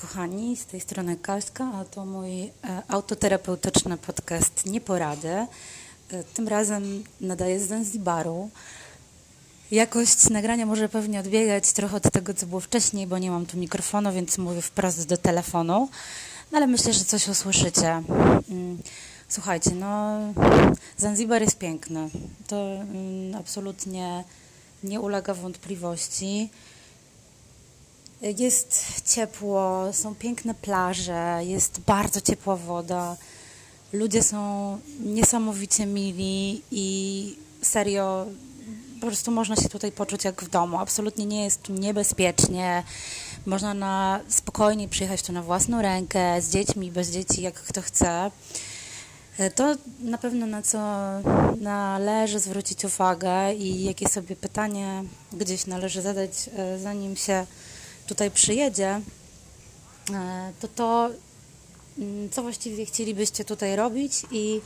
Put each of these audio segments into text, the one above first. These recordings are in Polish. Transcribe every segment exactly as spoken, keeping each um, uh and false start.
kochani, z tej strony Kaśka, a to mój e, autoterapeutyczny podcast Nieporady. E, tym razem nadaję z Zanzibaru. Jakość nagrania może pewnie odbiegać trochę od tego, co było wcześniej, bo nie mam tu mikrofonu, więc mówię wprost do telefonu, no, ale myślę, że coś usłyszycie. Mm, Słuchajcie, no Zanzibar jest piękny. To mm, absolutnie nie ulega wątpliwości. Jest ciepło, są piękne plaże, jest bardzo ciepła woda. Ludzie są niesamowicie mili i serio, po prostu można się tutaj poczuć jak w domu. Absolutnie nie jest tu niebezpiecznie. Można na spokojnie przyjechać tu na własną rękę, z dziećmi, bez dzieci, jak kto chce. To na pewno na co należy zwrócić uwagę i jakie sobie pytanie gdzieś należy zadać, zanim się tutaj przyjedzie, to to, co właściwie chcielibyście tutaj robić i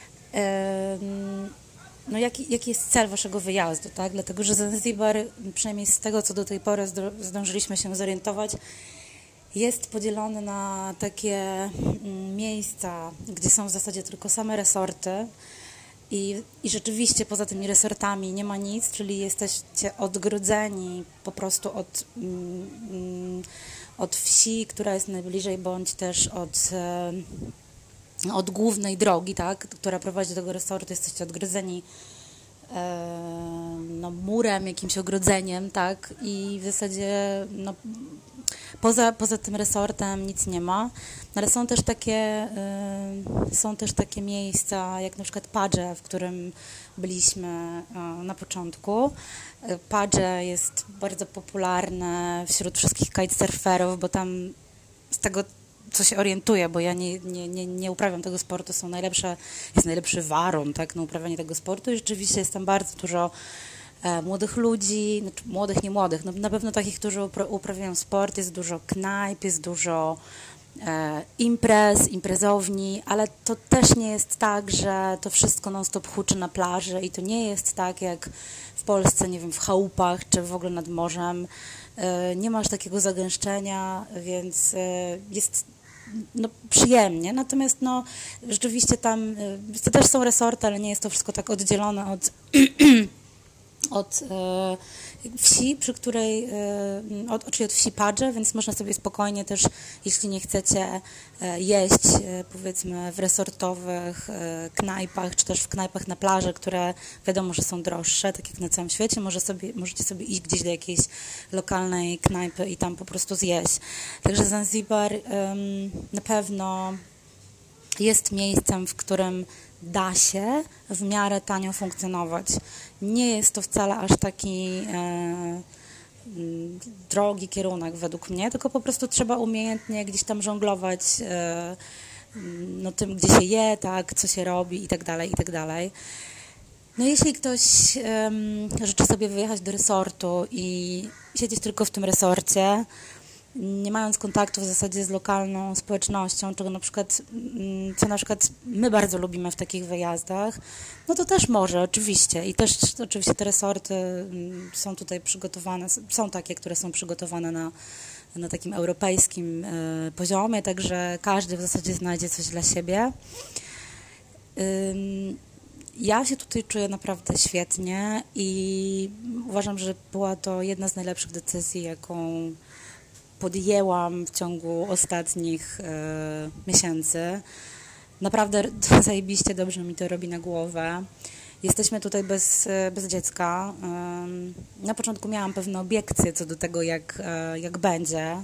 no jaki, jaki jest cel waszego wyjazdu, tak? Dlatego, że Zanzibar, przynajmniej z tego, co do tej pory zdążyliśmy się zorientować, jest podzielony na takie miejsca, gdzie są w zasadzie tylko same resorty i, i rzeczywiście poza tymi resortami nie ma nic, czyli jesteście odgrodzeni po prostu od, mm, od wsi, która jest najbliżej, bądź też od, od głównej drogi, tak, która prowadzi do tego resortu. Jesteście odgrodzeni e, no, murem, jakimś ogrodzeniem, tak, i w zasadzie no, Poza, poza tym resortem nic nie ma, ale są też takie, y, są też takie miejsca, jak na przykład Paje, w którym byliśmy y, na początku. Paje jest bardzo popularne wśród wszystkich kitesurferów, bo tam z tego, co się orientuję, bo ja nie, nie, nie, nie uprawiam tego sportu, są najlepsze, jest najlepszy waron, tak, na uprawianie tego sportu i rzeczywiście jest tam bardzo dużo młodych ludzi, znaczy młodych, nie młodych, no na pewno takich, którzy uprawiają sport, jest dużo knajp, jest dużo e, imprez, imprezowni, ale to też nie jest tak, że to wszystko non-stop huczy na plaży i to nie jest tak jak w Polsce, nie wiem, w chałupach czy w ogóle nad morzem. E, nie masz takiego zagęszczenia, więc e, jest no, przyjemnie, natomiast no, rzeczywiście tam e, to też są resorty, ale nie jest to wszystko tak oddzielone od od e, wsi, przy której, e, od, czyli od wsi Paje, więc można sobie spokojnie też, jeśli nie chcecie e, jeść, e, powiedzmy, w resortowych e, knajpach, czy też w knajpach na plaży, które wiadomo, że są droższe, tak jak na całym świecie, może sobie, możecie sobie iść gdzieś do jakiejś lokalnej knajpy i tam po prostu zjeść. Także Zanzibar e, na pewno jest miejscem, w którym da się w miarę tanio funkcjonować. Nie jest to wcale aż taki e, drogi kierunek według mnie, tylko po prostu trzeba umiejętnie gdzieś tam żonglować e, no, tym, gdzie się je, tak, co się robi i tak dalej, i tak dalej. No jeśli ktoś e, życzy sobie wyjechać do resortu i siedzieć tylko w tym resorcie, nie mając kontaktu w zasadzie z lokalną społecznością, czego na przykład, co na przykład my bardzo lubimy w takich wyjazdach, no to też może, oczywiście. I też oczywiście te resorty są tutaj przygotowane, są takie, które są przygotowane na, na takim europejskim y, poziomie, także każdy w zasadzie znajdzie coś dla siebie. Y, Ja się tutaj czuję naprawdę świetnie i uważam, że była to jedna z najlepszych decyzji, jaką podjęłam w ciągu ostatnich e, miesięcy. Naprawdę zajebiście dobrze mi to robi na głowę. Jesteśmy tutaj bez, bez dziecka. E, na początku miałam pewne obiekcje co do tego, jak, e, jak będzie,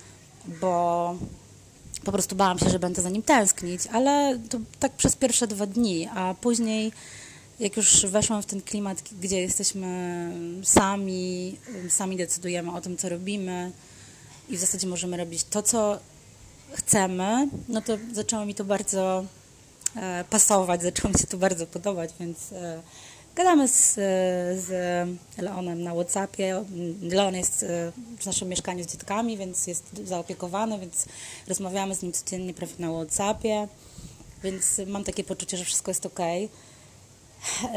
bo po prostu bałam się, że będę za nim tęsknić, ale to tak przez pierwsze dwa dni, a później jak już weszłam w ten klimat, gdzie jesteśmy sami, sami decydujemy o tym, co robimy, i w zasadzie możemy robić to, co chcemy, no to zaczęło mi to bardzo e, pasować, zaczęło mi się to bardzo podobać, więc e, gadamy z, z Leonem na WhatsAppie. Leon jest w naszym mieszkaniu z dzietkami, więc jest zaopiekowany, więc rozmawiamy z nim codziennie prawie na WhatsAppie, więc mam takie poczucie, że wszystko jest okej.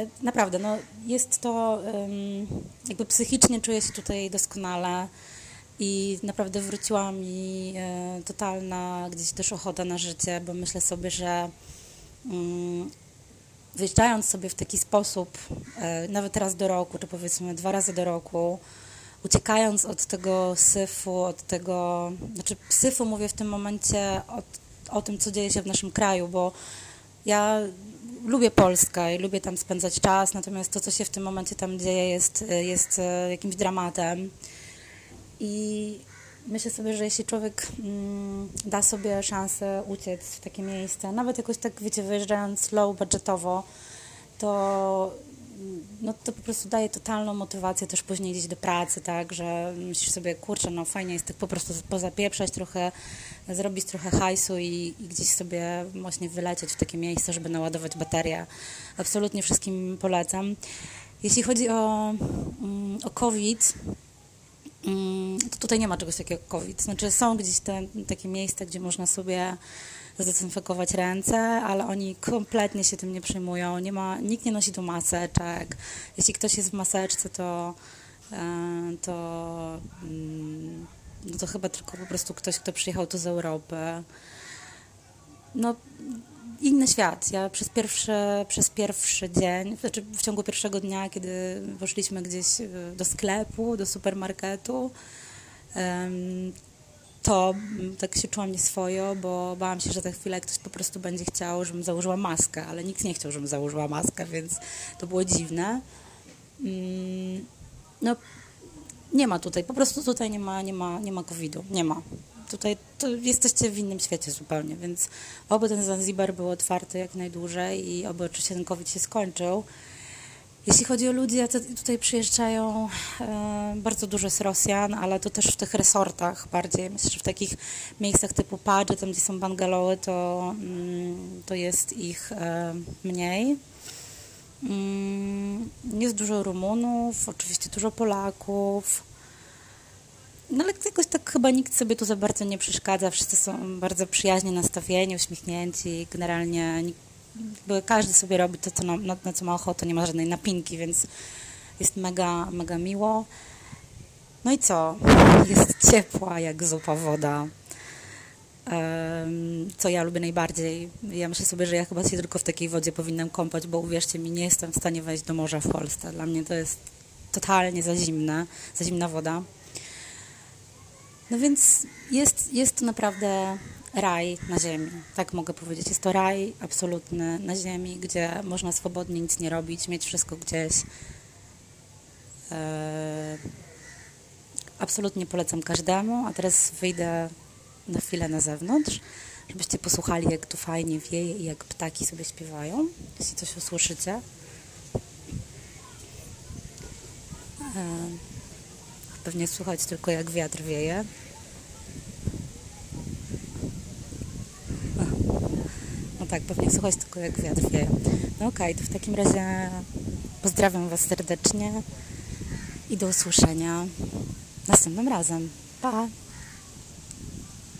Naprawdę, no jest to, jakby psychicznie czuję się tutaj doskonale. i naprawdę wróciła mi e, totalna gdzieś też ochota na życie, bo myślę sobie, że mm, wyjeżdżając sobie w taki sposób, e, nawet raz do roku, czy powiedzmy dwa razy do roku, uciekając od tego syfu, od tego, znaczy syfu mówię w tym momencie od, o tym, co dzieje się w naszym kraju, bo ja lubię Polskę i lubię tam spędzać czas, natomiast to, co się w tym momencie tam dzieje, jest, jest jakimś dramatem. I myślę sobie, że jeśli człowiek mm, da sobie szansę uciec w takie miejsce, nawet jakoś tak, wiecie, wyjeżdżając low budżetowo, to, no, to po prostu daje totalną motywację też później gdzieś do pracy, tak, że myślisz sobie, kurczę, no fajnie jest tak po prostu pozapieprzać trochę, zrobić trochę hajsu i, i gdzieś sobie właśnie wylecieć w takie miejsce, żeby naładować baterię. Absolutnie wszystkim polecam. Jeśli chodzi o, o COVID, to tutaj nie ma czegoś takiego jak COVID. Znaczy są gdzieś te takie miejsca, gdzie można sobie zdezynfekować ręce, ale oni kompletnie się tym nie przejmują. Nie ma, nikt nie nosi tu maseczek. Jeśli ktoś jest w maseczce, to, to, no to chyba tylko po prostu ktoś, kto przyjechał tu z Europy. No, inny świat. Ja przez pierwszy, przez pierwszy dzień, znaczy w ciągu pierwszego dnia, kiedy poszliśmy gdzieś do sklepu, do supermarketu, to tak się czułam nieswojo, bo bałam się, że za chwilę ktoś po prostu będzie chciał, żebym założyła maskę, ale nikt nie chciał, żebym założyła maskę, więc to było dziwne. No, nie ma tutaj, po prostu tutaj nie ma, nie ma, nie ma kowida, nie ma. Tutaj to jesteście w innym świecie zupełnie, więc oby ten Zanzibar był otwarty jak najdłużej i oby oczywiście ten COVID się skończył. Jeśli chodzi o ludzi, to tutaj przyjeżdżają e, bardzo dużo z Rosjan, ale to też w tych resortach bardziej. Myślę, że w takich miejscach typu Padże, tam gdzie są bungalowy, to, mm, to jest ich e, mniej. Mm, jest dużo Rumunów, oczywiście dużo Polaków. No ale jakoś tak chyba nikt sobie tu za bardzo nie przeszkadza. Wszyscy są bardzo przyjaźnie nastawieni, uśmiechnięci. Generalnie nikt, każdy sobie robi to, co na, na, na co ma ochotę, nie ma żadnej napinki, więc jest mega, mega miło. No i co? Jest ciepła jak zupa woda. Um, co ja lubię najbardziej. Ja myślę sobie, że ja chyba się tylko w takiej wodzie powinnam kąpać, bo uwierzcie mi, nie jestem w stanie wejść do morza w Polsce. Dla mnie to jest totalnie za zimna, za zimna woda. No więc jest, jest to naprawdę raj na ziemi, tak mogę powiedzieć. Jest to raj absolutny na ziemi, gdzie można swobodnie nic nie robić, mieć wszystko gdzieś. Eee, absolutnie polecam każdemu, a teraz wyjdę na chwilę na zewnątrz, żebyście posłuchali, jak tu fajnie wieje i jak ptaki sobie śpiewają, jeśli coś usłyszycie. Eee, Pewnie słuchać tylko jak wiatr wieje. No tak, pewnie słuchać tylko jak wiatr wieje. No okej, okay, to w takim razie pozdrawiam Was serdecznie i do usłyszenia następnym razem. Pa!